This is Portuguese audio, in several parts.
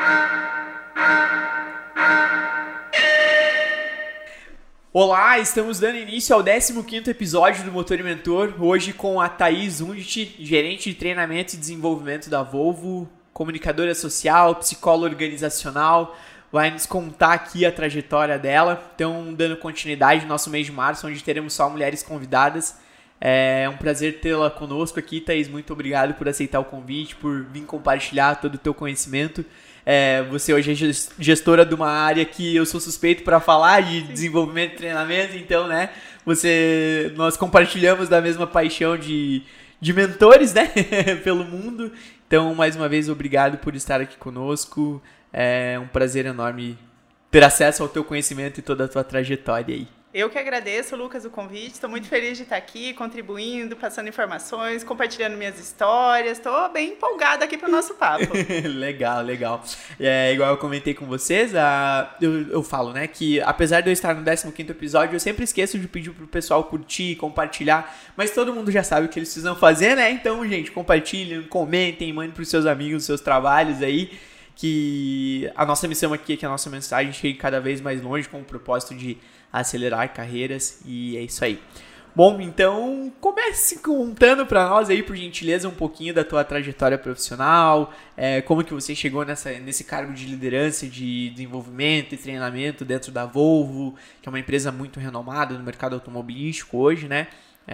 Olá, estamos dando início ao 15º episódio do Motor e Mentor, hoje com a Thaís Undit, gerente de treinamento e desenvolvimento da Volvo, comunicadora social, psicóloga organizacional, vai nos contar aqui a trajetória dela. Então, dando continuidade no nosso mês de março, onde teremos só mulheres convidadas. É um prazer tê-la conosco aqui, Thaís. Muito obrigado por aceitar o convite, por vir compartilhar todo o teu conhecimento. Você hoje é gestora de uma área que eu sou suspeito para falar, de desenvolvimento e treinamento, então, né, nós compartilhamos da mesma paixão de mentores, né, pelo mundo. Então, mais uma vez, obrigado por estar aqui conosco. É um prazer enorme ter acesso ao teu conhecimento e toda a tua trajetória aí. Eu que agradeço, Lucas, o convite. Estou muito feliz de estar aqui, contribuindo, passando informações, compartilhando minhas histórias. Estou bem empolgada aqui para o nosso papo. Legal. Igual eu comentei com vocês, eu falo, né, que apesar de eu estar no 15º episódio, eu sempre esqueço de pedir pro pessoal curtir, compartilhar, mas todo mundo já sabe o que eles precisam fazer, né? Então, gente, compartilhem, comentem, mandem pros seus amigos, seus trabalhos aí, que a nossa missão aqui é que a nossa mensagem chegue cada vez mais longe com o propósito de acelerar carreiras, e é isso aí. Bom, então comece contando para nós aí, por gentileza, um pouquinho da tua trajetória profissional, como que você chegou nesse cargo de liderança, de desenvolvimento e treinamento dentro da Volvo, que é uma empresa muito renomada no mercado automobilístico hoje, né?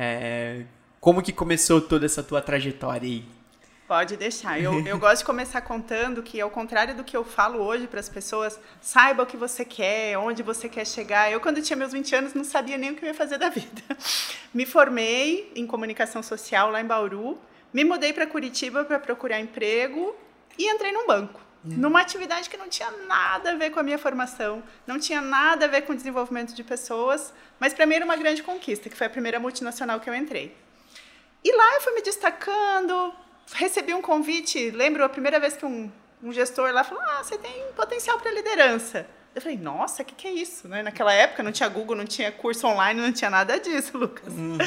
Como que começou toda essa tua trajetória aí? Pode deixar. Eu gosto de começar contando que, ao contrário do que eu falo hoje para as pessoas, saiba o que você quer, onde você quer chegar. Eu, quando tinha meus 20 anos, não sabia nem o que eu ia fazer da vida. Me formei em comunicação social lá em Bauru, me mudei para Curitiba para procurar emprego e entrei num banco. Numa atividade que não tinha nada a ver com a minha formação, não tinha nada a ver com o desenvolvimento de pessoas, mas para mim era uma grande conquista, que foi a primeira multinacional que eu entrei. E lá eu fui me destacando. Recebi um convite, lembro a primeira vez que um gestor lá falou, você tem potencial para liderança. Eu falei, nossa, o que é isso? Né? Naquela época não tinha Google, não tinha curso online, não tinha nada disso, Lucas. Uhum.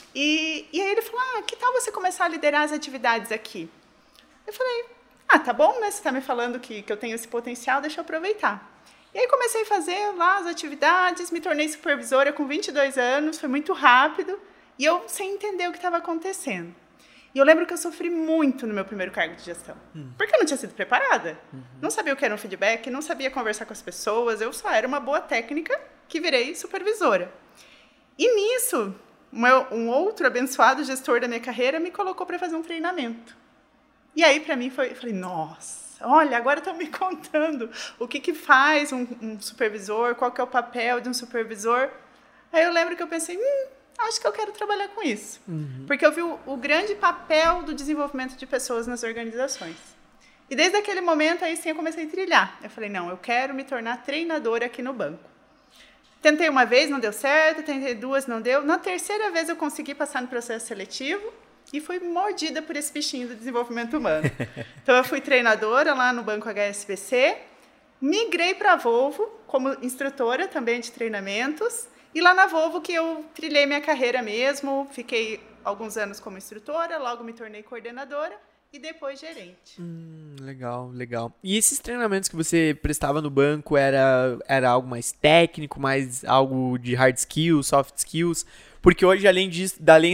E aí ele falou, que tal você começar a liderar as atividades aqui? Eu falei, tá bom, né? Você está me falando que eu tenho esse potencial, deixa eu aproveitar. E aí comecei a fazer lá as atividades, me tornei supervisora com 22 anos, foi muito rápido, e eu sem entender o que estava acontecendo. E eu lembro que eu sofri muito no meu primeiro cargo de gestão. Porque eu não tinha sido preparada. Não sabia o que era um feedback, não sabia conversar com as pessoas. Eu só era uma boa técnica que virei supervisora. E nisso, um outro abençoado gestor da minha carreira me colocou para fazer um treinamento. E aí, para mim, eu falei, nossa, olha, agora estão me contando o que faz um supervisor, qual que é o papel de um supervisor. Aí eu lembro que eu pensei, acho que eu quero trabalhar com isso. Porque eu vi o grande papel do desenvolvimento de pessoas nas organizações. E desde aquele momento, aí sim, eu comecei a trilhar. Eu falei, não, eu quero me tornar treinadora aqui no banco. Tentei uma vez, não deu certo. Tentei duas, não deu. Na terceira vez, eu consegui passar no processo seletivo e fui mordida por esse bichinho do desenvolvimento humano. Então, eu fui treinadora lá no Banco HSBC, migrei para a Volvo como instrutora também de treinamentos. E lá na Volvo que eu trilhei minha carreira mesmo, fiquei alguns anos como instrutora, logo me tornei coordenadora e depois gerente. Legal. E esses treinamentos que você prestava no banco era algo mais técnico, mais algo de hard skills, soft skills? Porque hoje, além de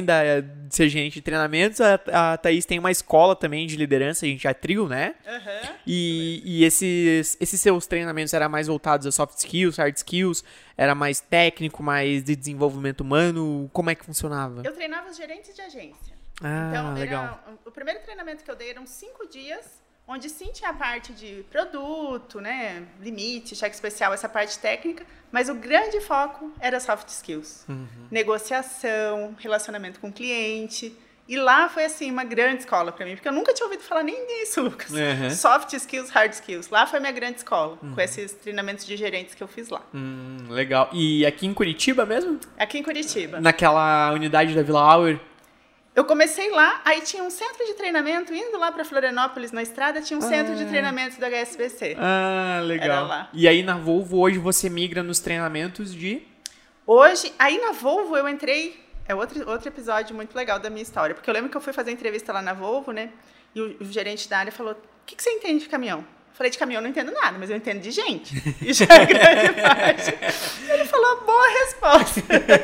ser gerente de treinamentos, a Thaís tem uma escola também de liderança, a gente é trio, né? Uhum. E esses seus treinamentos eram mais voltados a soft skills, hard skills, era mais técnico, mais de desenvolvimento humano? Como é que funcionava? Eu treinava os gerentes de agência. Legal. O primeiro treinamento que eu dei eram 5 dias, onde sim tinha a parte de produto, né, limite, cheque especial, essa parte técnica, mas o grande foco era soft skills. Negociação, relacionamento com o cliente. E lá foi, assim, uma grande escola para mim, porque eu nunca tinha ouvido falar nem disso, Lucas. Soft skills, hard skills. Lá foi minha grande escola, com esses treinamentos de gerentes que eu fiz lá. Legal. E aqui em Curitiba mesmo? Aqui em Curitiba. Naquela unidade da Vila Auer? Eu comecei lá, aí tinha um centro de treinamento, indo lá para Florianópolis, na estrada, tinha um centro de treinamento da HSBC. Legal. Era lá. E aí na Volvo, hoje você migra nos treinamentos de... Hoje, aí na Volvo eu entrei, é outro episódio muito legal da minha história, porque eu lembro que eu fui fazer entrevista lá na Volvo, né, e o gerente da área falou, o que você entende de caminhão? Eu Falei, de caminhão eu não entendo nada, mas eu entendo de gente. E já é grande parte. Ele falou, boa resposta.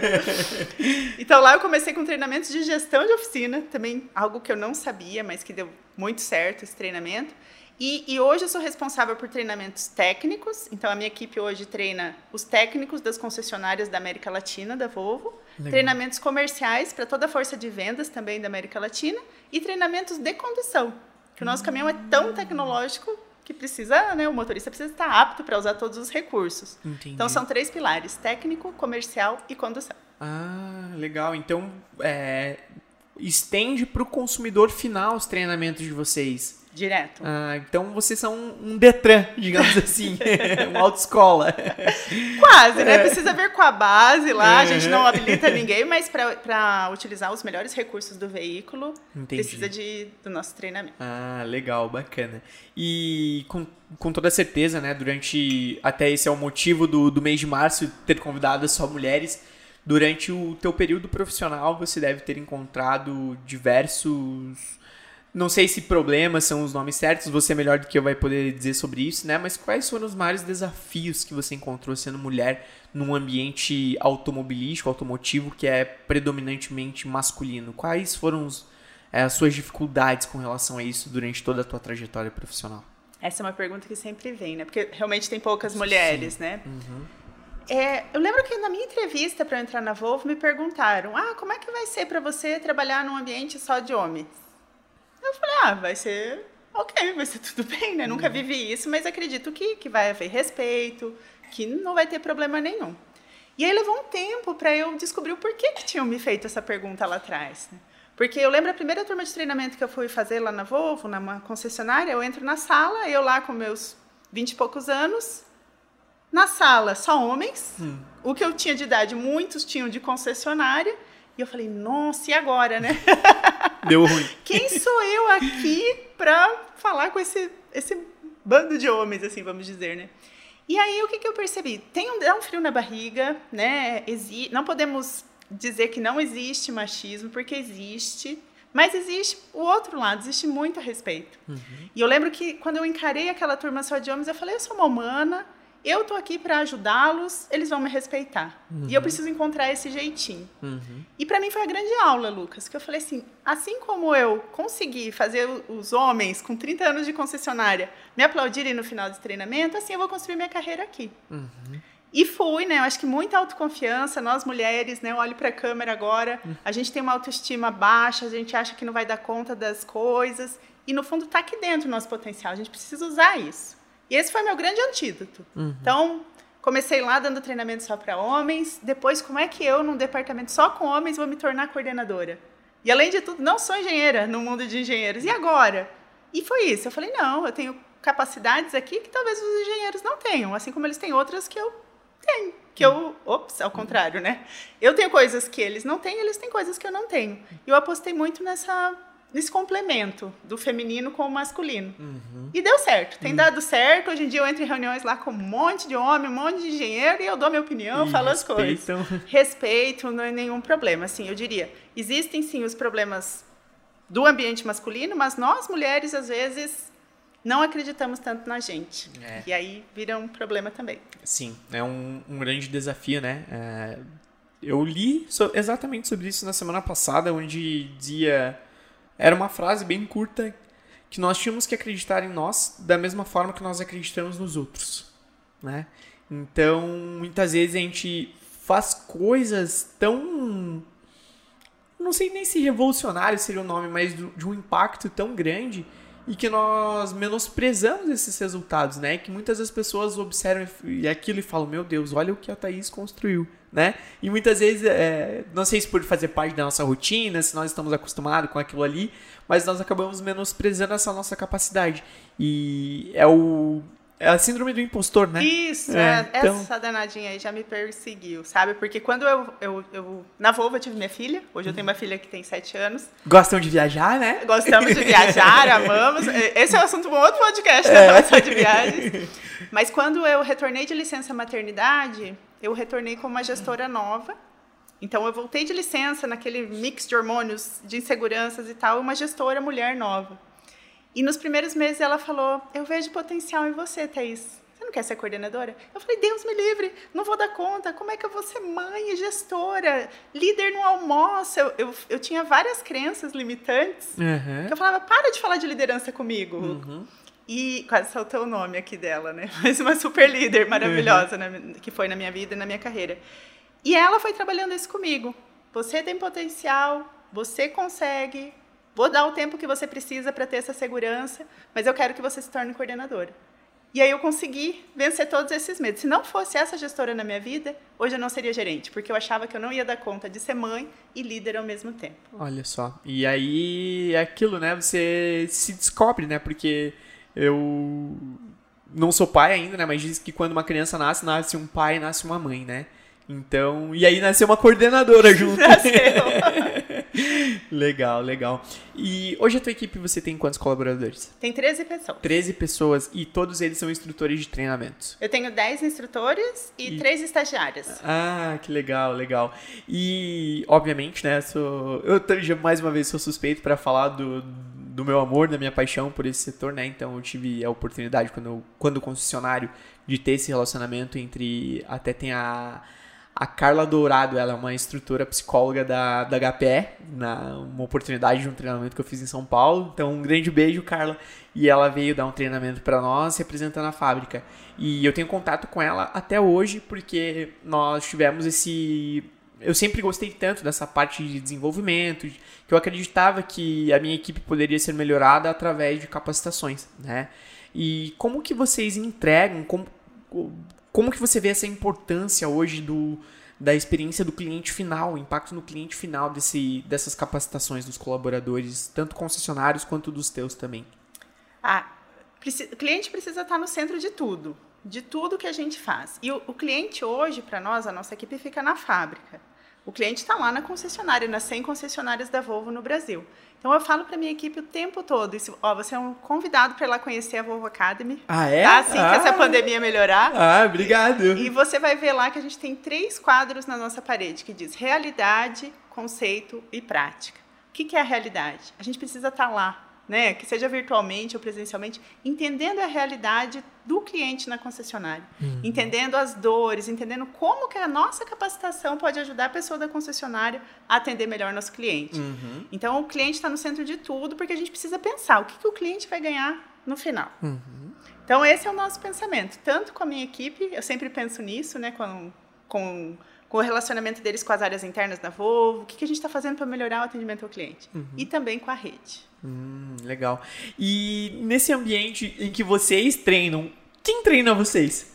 Então lá eu comecei com treinamentos de gestão de oficina, também algo que eu não sabia, mas que deu muito certo esse treinamento. E hoje eu sou responsável por treinamentos técnicos, então a minha equipe hoje treina os técnicos das concessionárias da América Latina, da Volvo, legal. Treinamentos comerciais para toda a força de vendas também da América Latina e treinamentos de condução, que o nosso caminhão é tão tecnológico que precisa, né, o motorista precisa estar apto para usar todos os recursos. Entendi. Então são 3 pilares, técnico, comercial e condução. Ah, legal. Então estende para o consumidor final os treinamentos de vocês. Direto. Então vocês são um Detran, digamos assim, uma autoescola. Quase, né? Precisa ver com a base lá, a gente não habilita ninguém, mas para utilizar os melhores recursos do veículo, entendi. Precisa do nosso treinamento. Legal, bacana. E com toda certeza, né, até esse é o motivo do mês de março ter convidado só mulheres. Durante o teu período profissional, você deve ter encontrado diversos... Não sei se problemas são os nomes certos, você é melhor do que eu vai poder dizer sobre isso, né? Mas quais foram os maiores desafios que você encontrou sendo mulher num ambiente automobilístico, automotivo, que é predominantemente masculino? Quais foram as suas dificuldades com relação a isso durante toda a tua trajetória profissional? Essa é uma pergunta que sempre vem, né? Porque realmente tem poucas mulheres, sim. Né? Uhum. Eu lembro que na minha entrevista para eu entrar na Volvo me perguntaram, como é que vai ser para você trabalhar num ambiente só de homens? Eu falei, vai ser ok, vai ser tudo bem, né? Nunca vivi isso, mas acredito que vai haver respeito, que não vai ter problema nenhum. E aí levou um tempo para eu descobrir o porquê que tinham me feito essa pergunta lá atrás, né? Porque eu lembro a primeira turma de treinamento que eu fui fazer lá na Volvo, numa concessionária, eu entro na sala, eu lá com meus 20 e poucos anos, na sala só homens, o que eu tinha de idade, muitos tinham de concessionária, e eu falei, nossa, e agora, né? Deu ruim. Quem sou eu aqui para falar com esse bando de homens, assim, vamos dizer, né? E aí, o que eu percebi? Dá um frio na barriga, né? Não podemos dizer que não existe machismo, porque existe, mas existe o outro lado, existe muito respeito. Uhum. E eu lembro que, quando eu encarei aquela turma só de homens, eu falei, eu sou uma humana, eu tô aqui para ajudá-los, eles vão me respeitar. Uhum. E eu preciso encontrar esse jeitinho. Uhum. E para mim foi a grande aula, Lucas, que eu falei assim como eu consegui fazer os homens com 30 anos de concessionária me aplaudirem no final desse treinamento, assim eu vou construir minha carreira aqui. Uhum. E fui, né? Eu acho que muita autoconfiança, nós mulheres, né? Eu olho para a câmera agora, a gente tem uma autoestima baixa, a gente acha que não vai dar conta das coisas, e no fundo está aqui dentro o nosso potencial, a gente precisa usar isso. E esse foi meu grande antídoto. Uhum. Então, comecei lá dando treinamento só para homens. Depois, como é que eu, num departamento só com homens, vou me tornar coordenadora? E, além de tudo, não sou engenheira no mundo de engenheiros. E agora? E foi isso. Eu falei, não, eu tenho capacidades aqui que talvez os engenheiros não tenham. Assim como eles têm outras que eu tenho. Ao contrário, né? Eu tenho coisas que eles não têm, eles têm coisas que eu não tenho. E eu apostei muito nesse complemento do feminino com o masculino. Uhum. E deu certo, tem dado certo. Hoje em dia eu entro em reuniões lá com um monte de homem, um monte de engenheiro, e eu dou minha opinião, falo as coisas. Respeito, não é nenhum problema. Assim, eu diria, existem sim os problemas do ambiente masculino, mas nós mulheres, às vezes, não acreditamos tanto na gente. E aí vira um problema também. Sim, é um grande desafio, né? Eu li exatamente sobre isso na semana passada, onde dizia... Era uma frase bem curta, que nós tínhamos que acreditar em nós da mesma forma que nós acreditamos nos outros, né? Então, muitas vezes a gente faz coisas tão... Não sei nem se revolucionário seria o nome, mas de um impacto tão grande, e que nós menosprezamos esses resultados, né? Que muitas das pessoas observam aquilo e falam, meu Deus, olha o que a Thaís construiu, né? E muitas vezes, não sei se por fazer parte da nossa rotina, se nós estamos acostumados com aquilo ali, mas nós acabamos menosprezando essa nossa capacidade. E é a síndrome do impostor, né? Isso, essa danadinha aí já me perseguiu, sabe? Porque quando eu na Volvo eu tive minha filha, hoje eu tenho uma filha que tem 7 anos. Gostam de viajar, né? Gostamos de viajar, amamos. Esse é um assunto para um outro podcast, né? Só de viagens. Mas quando eu retornei de licença maternidade, eu retornei com uma gestora nova. Então, eu voltei de licença naquele mix de hormônios, de inseguranças e tal, uma gestora mulher nova. E nos primeiros meses ela falou, eu vejo potencial em você, Thaís. Você não quer ser coordenadora? Eu falei, Deus me livre, não vou dar conta. Como é que eu vou ser mãe e gestora? Líder não almoça. Eu tinha várias crenças limitantes. Que eu falava, para de falar de liderança comigo. E quase saltou o nome aqui dela, né? Mas uma super líder maravilhosa que foi na minha vida e na minha carreira. E ela foi trabalhando isso comigo. Você tem potencial, você consegue, vou dar o tempo que você precisa para ter essa segurança, mas eu quero que você se torne coordenadora. E aí eu consegui vencer todos esses medos. Se não fosse essa gestora na minha vida, hoje eu não seria gerente, porque eu achava que eu não ia dar conta de ser mãe e líder ao mesmo tempo. Olha só. E aí é aquilo, né? Você se descobre, né? Porque eu não sou pai ainda, né? Mas diz que quando uma criança nasce, nasce um pai, nasce uma mãe, né? Então, e aí nasceu uma coordenadora junto. Legal, legal. E hoje a tua equipe, você tem quantos colaboradores? Tem 13 pessoas. 13 pessoas e todos eles são instrutores de treinamento. Eu tenho 10 instrutores e 3 estagiárias. Ah, que legal, legal. E, obviamente, né, eu mais uma vez sou suspeito para falar do meu amor, da minha paixão por esse setor, né? Então eu tive a oportunidade, quando concessionário, de ter esse relacionamento entre... Até tem a Carla Dourado, ela é uma instrutora psicóloga da HPE, uma oportunidade de um treinamento que eu fiz em São Paulo. Então, um grande beijo, Carla. E ela veio dar um treinamento para nós, representando a fábrica. E eu tenho contato com ela até hoje, porque nós tivemos esse... Eu sempre gostei tanto dessa parte de desenvolvimento, que eu acreditava que a minha equipe poderia ser melhorada através de capacitações, né? E como que vocês entregam... Como que você vê essa importância hoje da experiência do cliente final, o impacto no cliente final dessas capacitações dos colaboradores, tanto concessionários quanto dos teus também? O cliente precisa estar no centro de tudo que a gente faz. E o cliente hoje, para nós, a nossa equipe fica na fábrica. O cliente está lá na concessionária, nas 100 concessionárias da Volvo no Brasil. Então, eu falo para minha equipe o tempo todo, você é um convidado para ir lá conhecer a Volvo Academy. Ah, é? Tá? Assim que essa pandemia melhorar. Ah, obrigado. E você vai ver lá que a gente tem 3 quadros na nossa parede, que diz realidade, conceito e prática. O que é a realidade? A gente precisa estar lá, né? Que seja virtualmente ou presencialmente, entendendo a realidade do cliente na concessionária, entendendo as dores, entendendo como que a nossa capacitação pode ajudar a pessoa da concessionária a atender melhor nosso cliente. Então, o cliente está no centro de tudo, porque a gente precisa pensar o que o cliente vai ganhar no final. Então, esse é o nosso pensamento. Tanto com a minha equipe, eu sempre penso nisso, né, com o relacionamento deles com as áreas internas da Volvo, o que a gente está fazendo para melhorar o atendimento ao cliente. E também com a rede. Legal. E nesse ambiente em que vocês treinam, quem treina vocês?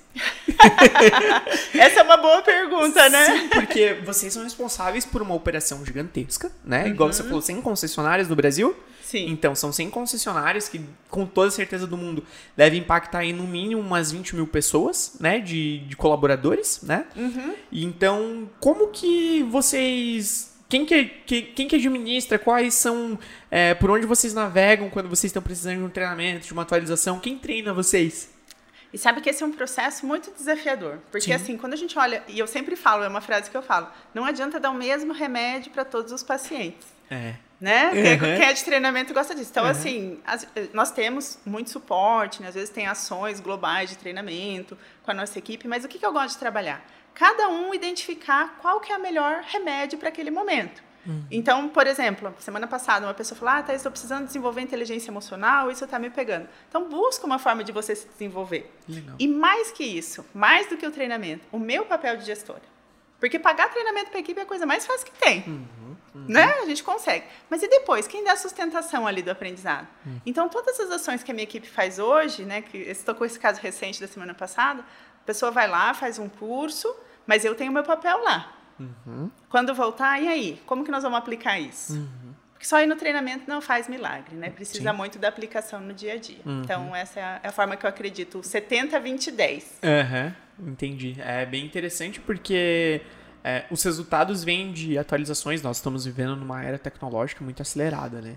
Essa é uma boa pergunta, né? Sim, porque vocês são responsáveis por uma operação gigantesca, né? Igual você falou, 100 concessionárias no Brasil. Sim. Então, são 100 concessionárias que, com toda a certeza do mundo, devem impactar aí no mínimo umas 20 mil pessoas, né? De colaboradores, né? E então, como que vocês... Quem que administra? Quais são... por onde vocês navegam quando vocês estão precisando de um treinamento, de uma atualização? Quem treina vocês? E sabe que esse é um processo muito desafiador. Porque, assim, quando a gente olha... E eu sempre falo, é uma frase que eu falo. Não adianta dar o mesmo remédio para todos os pacientes. Né? Quem é de treinamento gosta disso. Então, assim, nós temos muito suporte, né? Às vezes tem ações globais de treinamento com a nossa equipe. Mas o que eu gosto de trabalhar? Cada um identificar qual que é o melhor remédio para aquele momento. Então, por exemplo, semana passada uma pessoa falou, Thaís, estou precisando desenvolver inteligência emocional, isso está me pegando. Então, busca uma forma de você se desenvolver. Legal. E mais que isso, mais do que o treinamento, o meu papel de gestora. Porque pagar treinamento para a equipe é a coisa mais fácil que tem. Né? A gente consegue. Mas e depois? Quem dá a sustentação ali do aprendizado? Então, todas as ações que a minha equipe faz hoje, né, que estou com esse caso recente da semana passada, a pessoa vai lá, faz um curso, mas eu tenho o meu papel lá. Quando voltar, e aí? Como que nós vamos aplicar isso? Porque só ir no treinamento não faz milagre, né? Precisa muito da aplicação no dia a dia. Então, essa é a forma que eu acredito. 70, 20, 10. Entendi. É bem interessante porque os resultados vêm de atualizações. Nós estamos vivendo numa era tecnológica muito acelerada, né?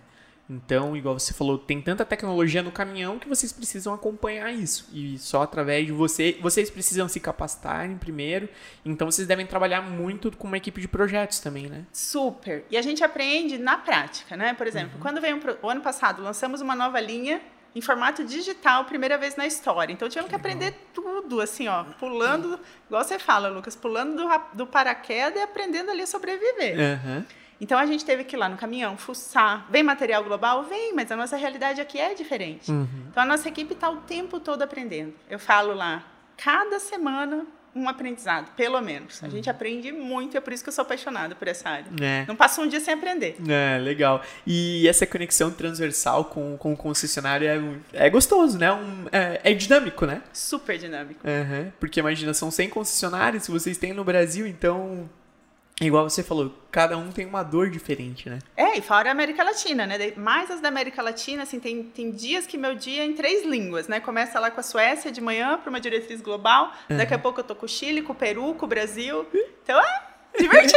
Então, igual você falou, tem tanta tecnologia no caminhão que vocês precisam acompanhar isso. E só através de vocês precisam se capacitarem primeiro. Então, vocês devem trabalhar muito com uma equipe de projetos também, né? Super. E a gente aprende na prática, né? Por exemplo, quando veio o ano passado, lançamos uma nova linha em formato digital, primeira vez na história. Então, tivemos que aprender tudo, assim, ó, pulando, igual você fala, Lucas, pulando do paraquedas e aprendendo ali a sobreviver. Então, a gente teve que ir lá no caminhão, fuçar. Vem material global? Vem, mas a nossa realidade aqui é diferente. Então, a nossa equipe está o tempo todo aprendendo. Eu falo lá, cada semana um aprendizado, pelo menos. A gente aprende muito, é por isso que eu sou apaixonada por essa área. Não passa um dia sem aprender. Legal. E essa conexão transversal com o concessionário é gostoso, né? É dinâmico, né? Super dinâmico. Porque imagina, são 100 concessionários que vocês têm no Brasil, então... Igual você falou, cada um tem uma dor diferente, né? E fora a América Latina, né? Mais as da América Latina, assim, tem dias que meu dia é em 3 línguas, né? Começa lá com a Suécia de manhã para uma diretriz global, daqui a pouco eu tô com o Chile, com o Peru, com o Brasil. Então divertido.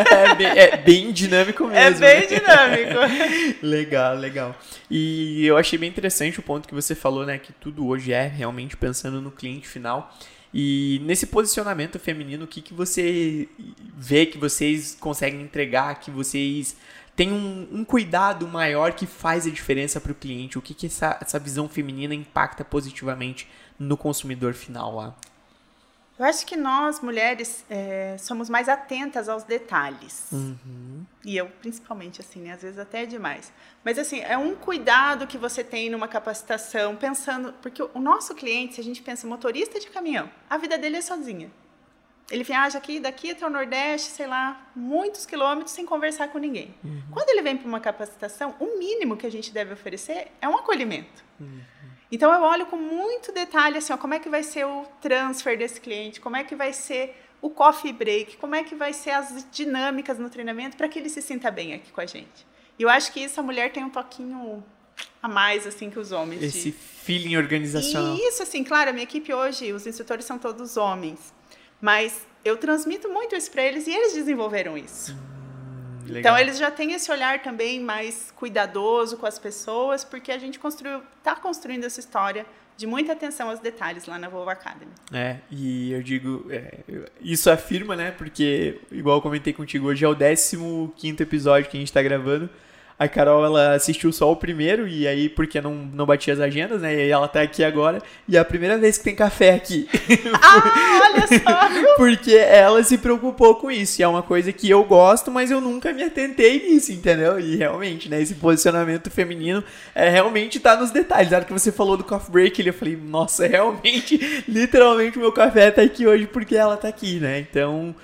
É bem dinâmico mesmo. É bem dinâmico. Legal. E eu achei bem interessante o ponto que você falou, né? Que tudo hoje é realmente pensando no cliente final. E nesse posicionamento feminino, o que você vê que vocês conseguem entregar, que vocês têm um cuidado maior que faz a diferença para o cliente? O que essa visão feminina impacta positivamente no consumidor final lá? Eu acho que nós, mulheres, somos mais atentas aos detalhes. E eu, principalmente, assim, né? Às vezes até é demais. Mas, assim, é um cuidado que você tem numa capacitação, pensando... Porque o nosso cliente, se a gente pensa motorista de caminhão, a vida dele é sozinha. Ele viaja daqui até o Nordeste, sei lá, muitos quilômetros sem conversar com ninguém. Quando ele vem para uma capacitação, o mínimo que a gente deve oferecer é um acolhimento. Então, eu olho com muito detalhe, assim, ó, como é que vai ser o transfer desse cliente, como é que vai ser o coffee break, como é que vai ser as dinâmicas no treinamento para que ele se sinta bem aqui com a gente. E eu acho que isso, a mulher tem um toquinho a mais, assim, que os homens. Esse feeling organizacional. E isso, assim, claro, a minha equipe hoje, os instrutores são todos homens, mas eu transmito muito isso para eles e eles desenvolveram isso. Legal. Então, eles já têm esse olhar também mais cuidadoso com as pessoas, porque a gente está construindo essa história de muita atenção aos detalhes lá na Volvo Academy. E eu digo, isso afirma, né? Porque, igual eu comentei contigo, hoje é o 15º episódio que a gente está gravando. A Carol, ela assistiu só o primeiro, e aí, porque não batia as agendas, né? E aí ela tá aqui agora, e é a primeira vez que tem café aqui. Olha só! Porque ela se preocupou com isso, e é uma coisa que eu gosto, mas eu nunca me atentei nisso, entendeu? E realmente, né, esse posicionamento feminino realmente tá nos detalhes. Na hora que você falou do coffee break, eu falei, nossa, realmente, literalmente o meu café tá aqui hoje porque ela tá aqui, né? Então...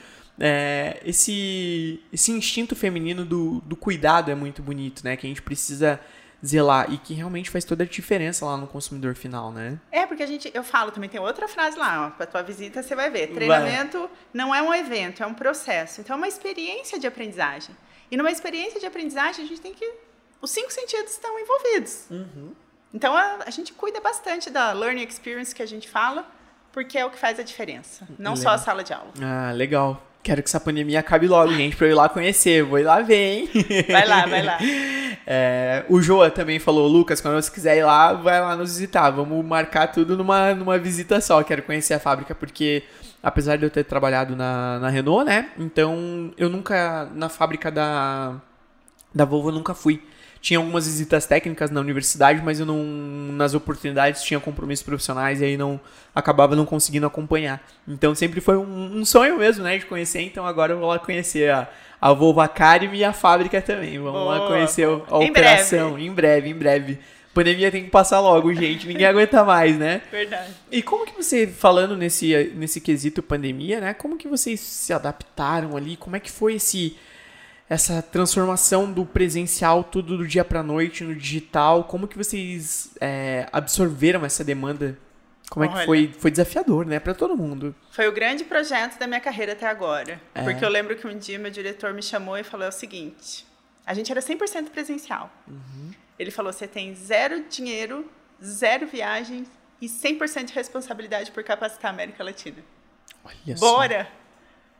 esse instinto feminino do cuidado é muito bonito, né? Que a gente precisa zelar e que realmente faz toda a diferença lá no consumidor final, né? Porque eu falo também, tem outra frase lá, ó, pra tua visita você vai ver. Treinamento não é um evento, é um processo. Então é uma experiência de aprendizagem. E numa experiência de aprendizagem a gente tem que... Os 5 sentidos estão envolvidos. Então a gente cuida bastante da learning experience que a gente fala, porque é o que faz a diferença. Não só a sala de aula. Legal. Quero que essa pandemia acabe logo, gente, pra eu ir lá conhecer. Vou ir lá ver, hein? Vai lá. O Joa também falou, Lucas, quando você quiser ir lá, vai lá nos visitar. Vamos marcar tudo numa visita só. Quero conhecer a fábrica, porque apesar de eu ter trabalhado na Renault, né? Então, eu nunca, na fábrica da Volvo, eu nunca fui. Tinha algumas visitas técnicas na universidade, mas eu não, nas oportunidades, tinha compromissos profissionais e aí acabava não conseguindo acompanhar. Então sempre foi um sonho mesmo, né, de conhecer. Então agora eu vou lá conhecer a Volvo Academy e a fábrica também. Vamos lá conhecer a operação. Em breve. Pandemia tem que passar logo, gente. Ninguém aguenta mais, né? Verdade. E como que você, falando nesse quesito pandemia, né? Como que vocês se adaptaram ali? Como é que foi essa transformação do presencial, tudo do dia pra noite, no digital? Como que vocês absorveram essa demanda? Como é que foi desafiador, né? Pra todo mundo. Foi o grande projeto da minha carreira até agora. Porque eu lembro que um dia meu diretor me chamou e falou o seguinte, a gente era 100% presencial. Ele falou, você tem 0 dinheiro, 0 viagens e 100% de responsabilidade por capacitar a América Latina. Olha Bora! Só.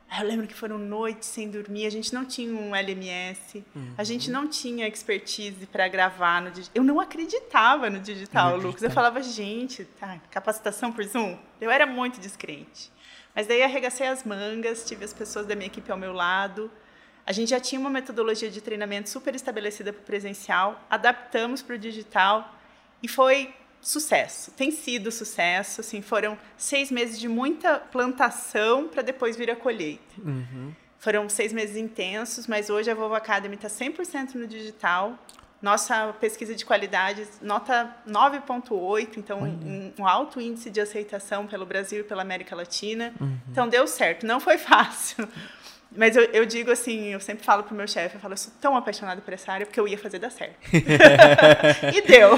Eu lembro que foram noites sem dormir, a gente não tinha um LMS, a gente não tinha expertise para gravar no digital. Eu não acreditava no digital, Lucas. Eu falava, gente, capacitação por Zoom? Eu era muito descrente. Mas daí arregacei as mangas, tive as pessoas da minha equipe ao meu lado. A gente já tinha uma metodologia de treinamento super estabelecida para o presencial, adaptamos para o digital e foi sucesso. Tem sido sucesso. Assim, foram 6 meses de muita plantação para depois vir a colheita. Foram 6 meses intensos, mas hoje a Volvo Academy está 100% no digital. Nossa pesquisa de qualidade, nota 9,8, então um alto índice de aceitação pelo Brasil e pela América Latina. Então deu certo, não foi fácil. Mas eu digo assim, eu sempre falo pro meu chefe, eu sou tão apaixonada por essa área porque eu ia fazer dar certo. E deu.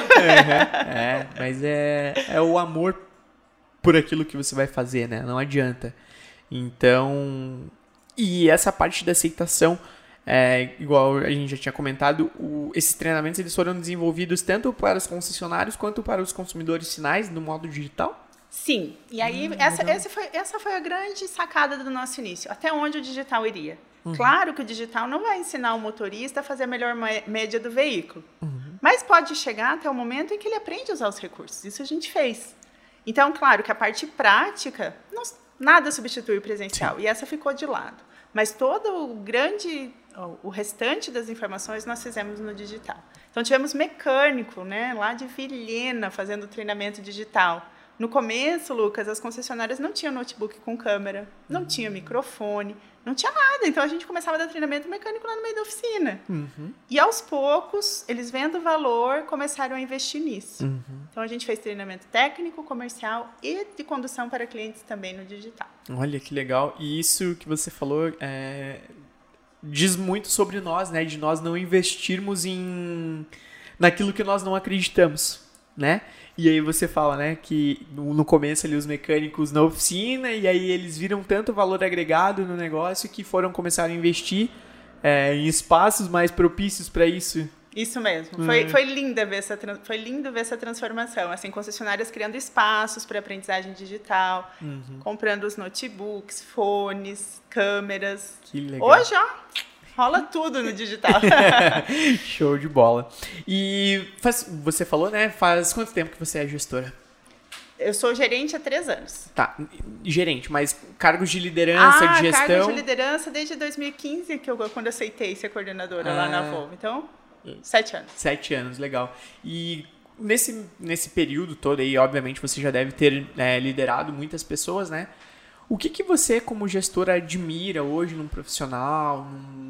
Mas é o amor por aquilo que você vai fazer, né? Não adianta. Então, e essa parte da aceitação, igual a gente já tinha comentado, esses treinamentos eles foram desenvolvidos tanto para os concessionários quanto para os consumidores finais no modo digital? Sim, e aí essa foi a grande sacada do nosso início, até onde o digital iria. Claro que o digital não vai ensinar o motorista a fazer a melhor média do veículo, mas pode chegar até o momento em que ele aprende a usar os recursos, isso a gente fez. Então, claro que a parte prática, nada substitui o presencial, e essa ficou de lado. Mas todo o restante das informações nós fizemos no digital. Então, tivemos mecânico, né, lá de Vilhena, fazendo treinamento digital. No começo, Lucas, as concessionárias não tinham notebook com câmera, não tinha microfone, não tinha nada. Então, a gente começava a dar treinamento mecânico lá no meio da oficina. E, aos poucos, eles vendo o valor, começaram a investir nisso. Então, a gente fez treinamento técnico, comercial e de condução para clientes também no digital. Olha, que legal. E isso que você falou diz muito sobre nós, né? De nós não investirmos naquilo que nós não acreditamos, né? E aí você fala, né, que no começo ali os mecânicos na oficina, e aí eles viram tanto valor agregado no negócio que começaram a investir em espaços mais propícios para isso. Isso mesmo. Foi lindo ver essa transformação. Assim, concessionárias criando espaços para aprendizagem digital, comprando os notebooks, fones, câmeras. Que legal. Hoje, rola tudo no digital. Show de bola. E você falou, né? Faz quanto tempo que você é gestora? Eu sou gerente há 3 anos. Tá, gerente, mas cargos de liderança, de gestão? Cargos de liderança desde 2015, quando eu aceitei ser coordenadora lá na Volvo. Então, 7 anos. 7 anos, legal. E nesse período todo aí, obviamente, você já deve ter liderado muitas pessoas, né? O que você, como gestora, admira hoje num profissional,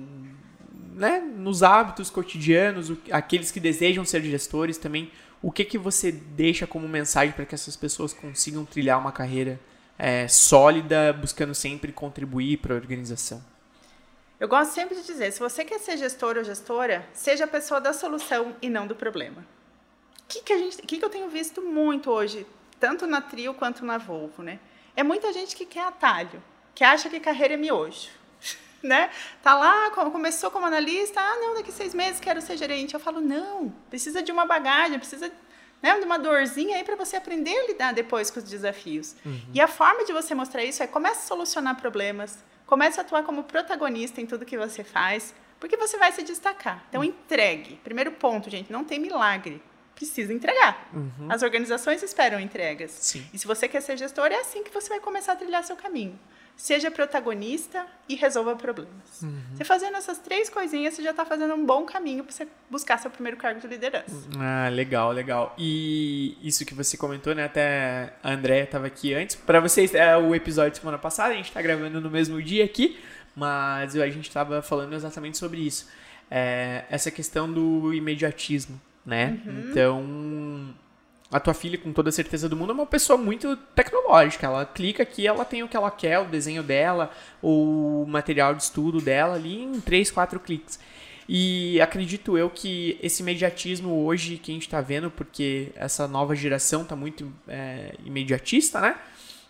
né, nos hábitos cotidianos, aqueles que desejam ser gestores também, o que você deixa como mensagem para que essas pessoas consigam trilhar uma carreira sólida, buscando sempre contribuir para a organização? Eu gosto sempre de dizer, se você quer ser gestor ou gestora, seja a pessoa da solução e não do problema. O que eu tenho visto muito hoje, tanto na Trio quanto na Volvo, né? É muita gente que quer atalho, que acha que carreira é miojo, né? Tá lá, começou como analista, daqui 6 meses quero ser gerente. Eu falo, não, precisa de uma bagagem, precisa, né, de uma dorzinha aí para você aprender a lidar depois com os desafios. E a forma de você mostrar isso comece a solucionar problemas, comece a atuar como protagonista em tudo que você faz, porque você vai se destacar. Então, entregue. Primeiro ponto, gente, não tem milagre. Precisa entregar. As organizações esperam entregas. Sim. E se você quer ser gestor, é assim que você vai começar a trilhar seu caminho. Seja protagonista e resolva problemas. Você fazendo essas 3 coisinhas, você já está fazendo um bom caminho para você buscar seu primeiro cargo de liderança. Legal, legal. E isso que você comentou, né? Até a Andréia estava aqui antes. Para vocês, o episódio de semana passada, a gente está gravando no mesmo dia aqui, mas a gente estava falando exatamente sobre isso. Essa questão do imediatismo, né? Então, a tua filha, com toda a certeza do mundo, é uma pessoa muito tecnológica. Ela clica aqui, ela tem o que ela quer, o desenho dela, o material de estudo dela ali em 3, 4 cliques. E acredito eu que esse imediatismo hoje que a gente está vendo, porque essa nova geração está muito imediatista, né?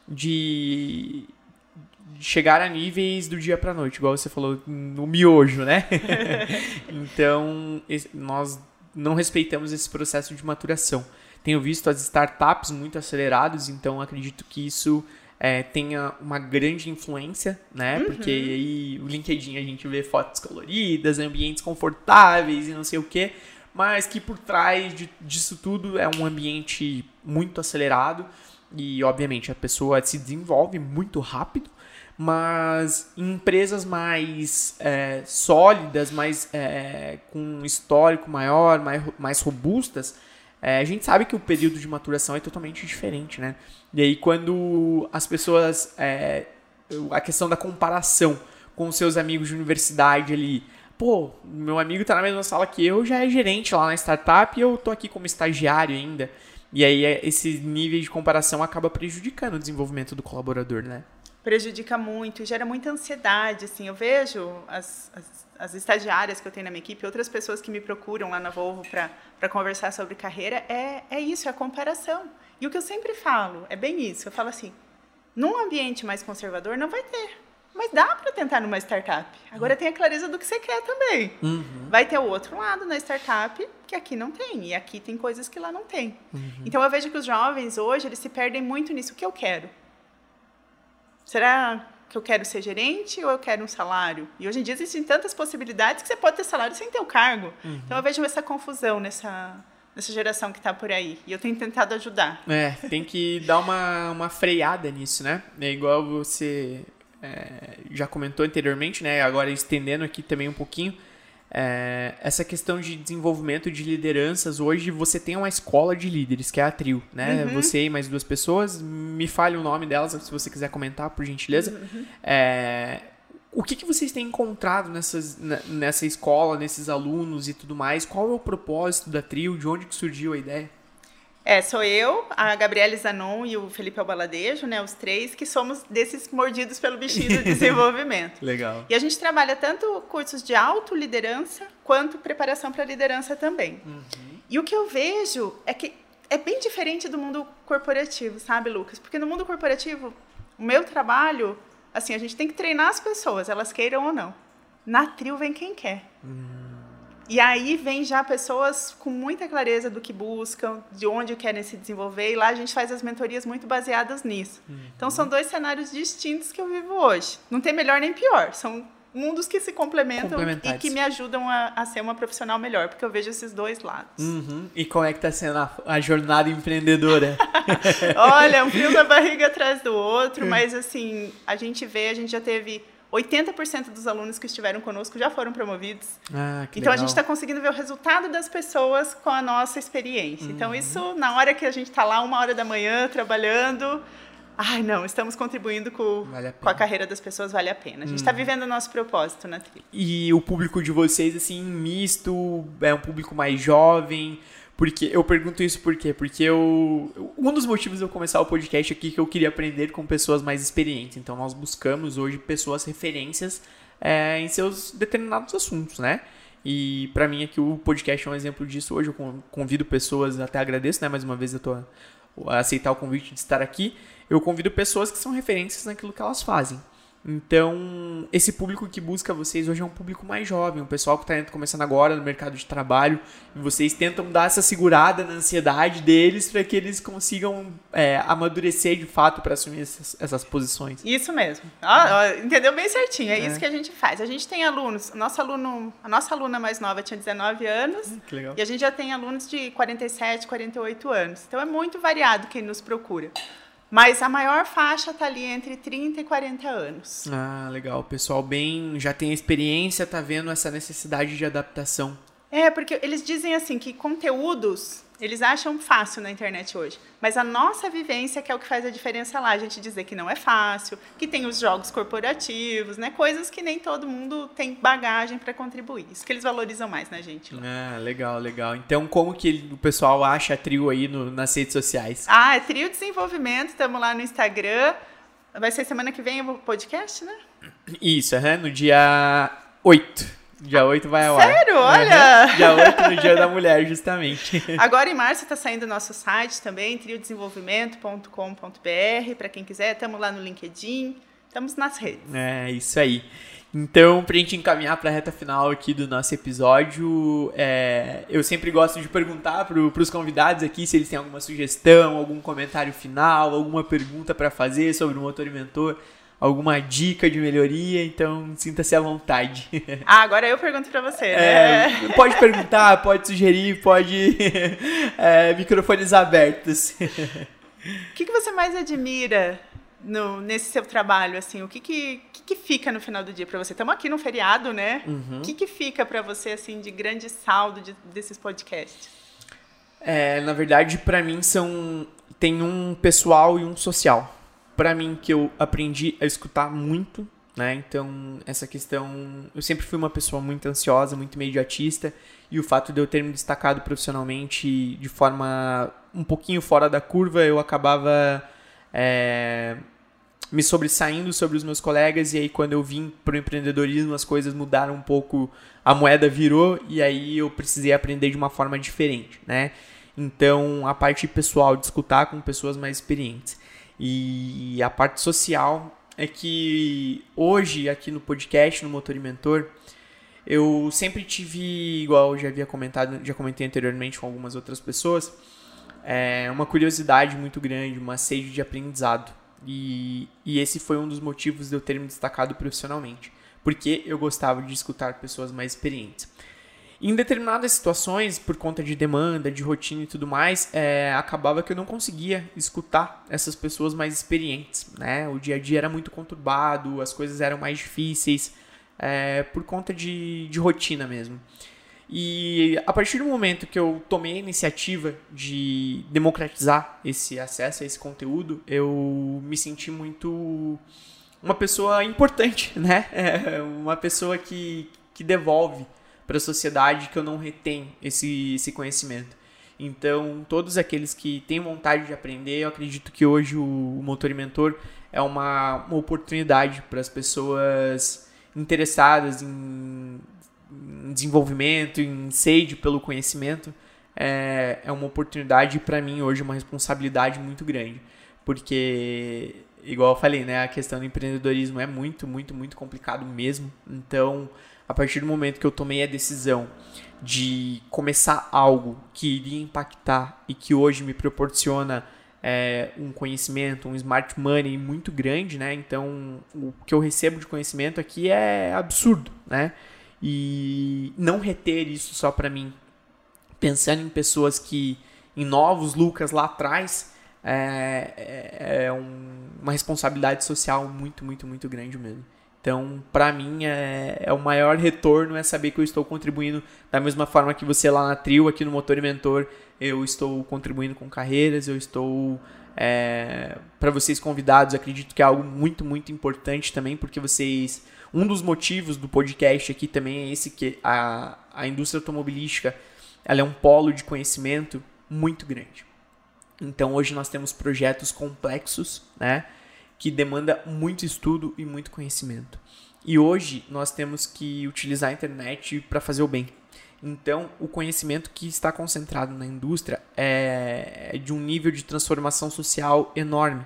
De chegar a níveis do dia para a noite, igual você falou, no miojo, né? Então, nós não respeitamos esse processo de maturação. Tenho visto as startups muito aceleradas, então acredito que isso tenha uma grande influência, né? Porque aí o LinkedIn a gente vê fotos coloridas, ambientes confortáveis e não sei o quê, mas que por trás disso tudo é um ambiente muito acelerado e, obviamente, a pessoa se desenvolve muito rápido, mas em empresas mais sólidas, com um histórico maior, mais robustas, a gente sabe que o período de maturação é totalmente diferente, né? E aí quando as pessoas... a questão da comparação com os seus amigos de universidade ali... Pô, meu amigo tá na mesma sala que eu, já é gerente lá na startup e eu tô aqui como estagiário ainda. E aí esse nível de comparação acaba prejudicando o desenvolvimento do colaborador, né? Prejudica muito, gera muita ansiedade, assim. Eu vejo as estagiárias que eu tenho na minha equipe, outras pessoas que me procuram lá na Volvo para conversar sobre carreira, é isso, é a comparação. E o que eu sempre falo, é bem isso, eu falo assim, num ambiente mais conservador não vai ter, mas dá para tentar numa startup. Agora tem a clareza do que você quer também. Vai ter o outro lado na startup que aqui não tem, e aqui tem coisas que lá não tem. Então eu vejo que os jovens hoje, eles se perdem muito nisso, o que eu quero? Será que eu quero ser gerente ou eu quero um salário? E hoje em dia existem tantas possibilidades que você pode ter salário sem ter o cargo. Então eu vejo essa confusão nessa geração que está por aí. E eu tenho tentado ajudar. Tem que dar uma freada nisso, né? É igual você já comentou anteriormente, né? Agora estendendo aqui também um pouquinho. Essa questão de desenvolvimento de lideranças, hoje você tem uma escola de líderes, que é a Trio, né? Você e mais 2 pessoas, me fale o nome delas, se você quiser comentar, por gentileza. O que vocês têm encontrado nessa escola, nesses alunos e tudo mais? Qual é o propósito da Trio? De onde que surgiu a ideia? Sou eu, a Gabriela Zanon e o Felipe Albaladejo, né, os 3, que somos desses mordidos pelo bichinho do desenvolvimento. Legal. E a gente trabalha tanto cursos de autoliderança, quanto preparação para liderança também. E o que eu vejo é que é bem diferente do mundo corporativo, sabe, Lucas? Porque no mundo corporativo, o meu trabalho, assim, a gente tem que treinar as pessoas, elas queiram ou não. Na Trio vem quem quer. E aí vem já pessoas com muita clareza do que buscam, de onde querem se desenvolver, e lá a gente faz as mentorias muito baseadas nisso. Então são 2 cenários distintos que eu vivo hoje. Não tem melhor nem pior, são mundos que se complementam e que me ajudam a ser uma profissional melhor, porque eu vejo esses 2 lados. E como é que está sendo a jornada empreendedora? Olha, um frio na barriga atrás do outro, mas assim, a gente já teve... 80% dos alunos que estiveram conosco já foram promovidos. Então, a gente está conseguindo ver o resultado das pessoas com a nossa experiência. Então, isso, na hora que a gente está lá, 1h da manhã, trabalhando... estamos contribuindo com a carreira das pessoas, vale a pena. A gente está vivendo o nosso propósito na Trio. E o público de vocês, assim, misto, é um público mais jovem... Porque eu pergunto isso por quê? Porque um dos motivos de eu começar o podcast aqui é que eu queria aprender com pessoas mais experientes. Então, nós buscamos hoje pessoas referências em seus determinados assuntos, né? E para mim aqui o podcast é um exemplo disso. Hoje eu convido pessoas, até agradeço, né? Mais uma vez eu aceitar o convite de estar aqui. Eu convido pessoas que são referências naquilo que elas fazem. Então, esse público que busca vocês hoje é um público mais jovem, um pessoal que está começando agora no mercado de trabalho, e vocês tentam dar essa segurada na ansiedade deles para que eles consigam amadurecer de fato para assumir essas posições. Isso mesmo. Entendeu bem certinho, é isso que a gente faz. A gente tem alunos, a nossa aluna mais nova tinha 19 anos, que legal. E a gente já tem alunos de 47, 48 anos. Então, é muito variado quem nos procura. Mas a maior faixa está ali entre 30 e 40 anos. Legal. O pessoal já tem experiência, tá vendo essa necessidade de adaptação. Porque eles dizem assim que conteúdos, eles acham fácil na internet hoje. Mas a nossa vivência que é o que faz a diferença lá. A gente dizer que não é fácil, que tem os jogos corporativos, né? Coisas que nem todo mundo tem bagagem para contribuir. Isso que eles valorizam mais na gente lá. Legal. Então, como que o pessoal acha a Trio aí nas redes sociais? É Trio Desenvolvimento, estamos lá no Instagram. Vai ser semana que vem o podcast, né? Isso, no dia 8. Dia 8 vai ao ar. Sério? Olha! Dia 8 no Dia da Mulher, justamente. Agora em março está saindo o nosso site também, triodesenvolvimento.com.br, para quem quiser. Estamos lá no LinkedIn, estamos nas redes. Isso aí. Então, pra gente encaminhar pra reta final aqui do nosso episódio, eu sempre gosto de perguntar pros convidados aqui se eles têm alguma sugestão, algum comentário final, alguma pergunta pra fazer sobre o Motor e Mentor, alguma dica de melhoria, então sinta-se à vontade. Agora eu pergunto pra você, né? Pode perguntar, pode sugerir, pode... microfones abertos. O que você mais admira nesse seu trabalho, assim? O que fica no final do dia para você? Estamos aqui no feriado, né? O que fica para você, assim, de grande saldo desses podcasts? Na verdade, para mim, tem um pessoal e um social. Para mim, que eu aprendi a escutar muito, né? Então, essa questão... Eu sempre fui uma pessoa muito ansiosa, muito imediatista, e o fato de eu ter me destacado profissionalmente de forma um pouquinho fora da curva, eu acabava... me sobressaindo sobre os meus colegas, e aí quando eu vim pro empreendedorismo as coisas mudaram um pouco, a moeda virou, e aí eu precisei aprender de uma forma diferente, né? Então a parte pessoal de escutar com pessoas mais experientes e a parte social é que hoje aqui no podcast, no Motor e Mentor, eu sempre tive, igual eu já havia comentado, já comentei anteriormente com algumas outras pessoas, uma curiosidade muito grande, uma sede de aprendizado. E esse foi um dos motivos de eu ter me destacado profissionalmente, porque eu gostava de escutar pessoas mais experientes. Em determinadas situações, por conta de demanda, de rotina e tudo mais, acabava que eu não conseguia escutar essas pessoas mais experientes, né? O dia a dia era muito conturbado, as coisas eram mais difíceis, por conta de rotina mesmo. E a partir do momento que eu tomei a iniciativa de democratizar esse acesso a esse conteúdo, eu me senti muito uma pessoa importante, né? Uma pessoa que devolve para a sociedade que eu não retém esse conhecimento. Então, todos aqueles que têm vontade de aprender, eu acredito que hoje o Motor e Mentor é uma oportunidade para as pessoas interessadas em desenvolvimento, em sede pelo conhecimento. É uma oportunidade e para mim hoje uma responsabilidade muito grande, porque, igual eu falei, né, a questão do empreendedorismo é muito, muito, muito complicado mesmo. Então, a partir do momento que eu tomei a decisão de começar algo que iria impactar e que hoje me proporciona um conhecimento, um smart money muito grande, né? Então, o que eu recebo de conhecimento aqui é absurdo, né? E não reter isso só para mim, pensando em pessoas que, em novos Lucas lá atrás, uma responsabilidade social muito, muito, muito grande mesmo. Então, para mim, o maior retorno é saber que eu estou contribuindo da mesma forma que você lá na Trio, aqui no Motor e Mentor, eu estou contribuindo com carreiras, eu estou... para vocês convidados, acredito que é algo muito, muito importante também, porque vocês... Um dos motivos do podcast aqui também é esse, que a indústria automobilística ela é um polo de conhecimento muito grande. Então, hoje nós temos projetos complexos, né, que demanda muito estudo e muito conhecimento. E hoje nós temos que utilizar a internet para fazer o bem. Então, o conhecimento que está concentrado na indústria é de um nível de transformação social enorme.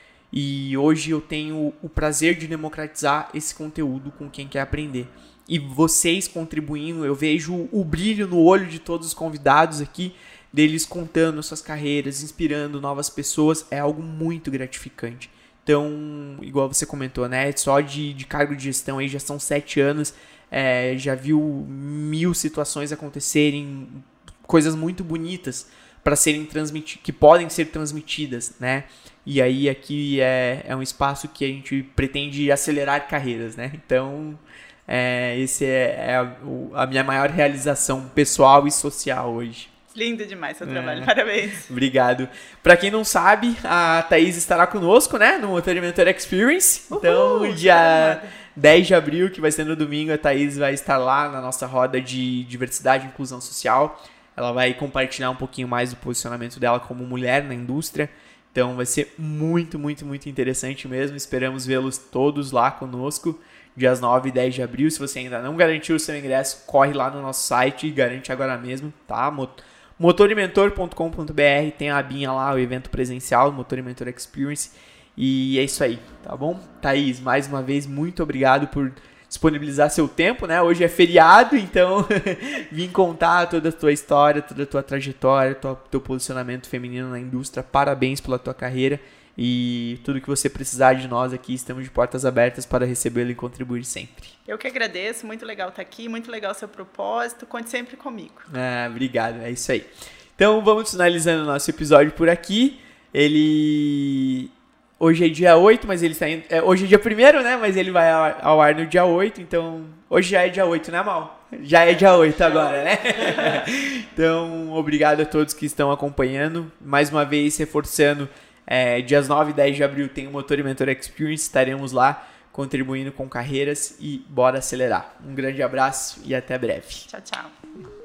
E hoje eu tenho o prazer de democratizar esse conteúdo com quem quer aprender. E vocês contribuindo, eu vejo o brilho no olho de todos os convidados aqui, deles contando suas carreiras, inspirando novas pessoas, é algo muito gratificante. Então, igual você comentou, né? Só de cargo de gestão aí já são 7 anos, já viu 1000 situações acontecerem, coisas muito bonitas para serem que podem ser transmitidas, né? E aí aqui é um espaço que a gente pretende acelerar carreiras, né? Então, esse é a minha maior realização pessoal e social hoje. Lindo demais seu trabalho, parabéns. Obrigado. Para quem não sabe, a Thaís estará conosco, né, no Motor e Mentor Experience. Então, dia 10 de abril, que vai ser no domingo, a Thaís vai estar lá na nossa roda de diversidade e inclusão social. Ela vai compartilhar um pouquinho mais do posicionamento dela como mulher na indústria. Então, vai ser muito, muito, muito interessante mesmo. Esperamos vê-los todos lá conosco, dias 9 e 10 de abril. Se você ainda não garantiu o seu ingresso, corre lá no nosso site e garante agora mesmo, tá? motorimentor.com.br, tem a abinha lá, o evento presencial, Motor e Mentor Experience, e é isso aí, tá bom? Thaís, mais uma vez, muito obrigado por disponibilizar seu tempo, né? Hoje é feriado, então vim contar toda a tua história, toda a tua trajetória, teu posicionamento feminino na indústria. Parabéns pela tua carreira e tudo que você precisar de nós aqui, estamos de portas abertas para recebê-lo e contribuir sempre. Eu que agradeço, muito legal estar aqui, muito legal o seu propósito, conte sempre comigo. Obrigado, é isso aí. Então vamos finalizando o nosso episódio por aqui. Hoje é dia 8, mas ele está indo... hoje é dia 1º, né? Mas ele vai ao ar no dia 8, então... Hoje já é dia 8, né, Mal? Já é dia 8 agora, né? Então, obrigado a todos que estão acompanhando. Mais uma vez, reforçando, dias 9 e 10 de abril tem o Motor e Mentor Experience. Estaremos lá contribuindo com carreiras e bora acelerar. Um grande abraço e até breve. Tchau, tchau.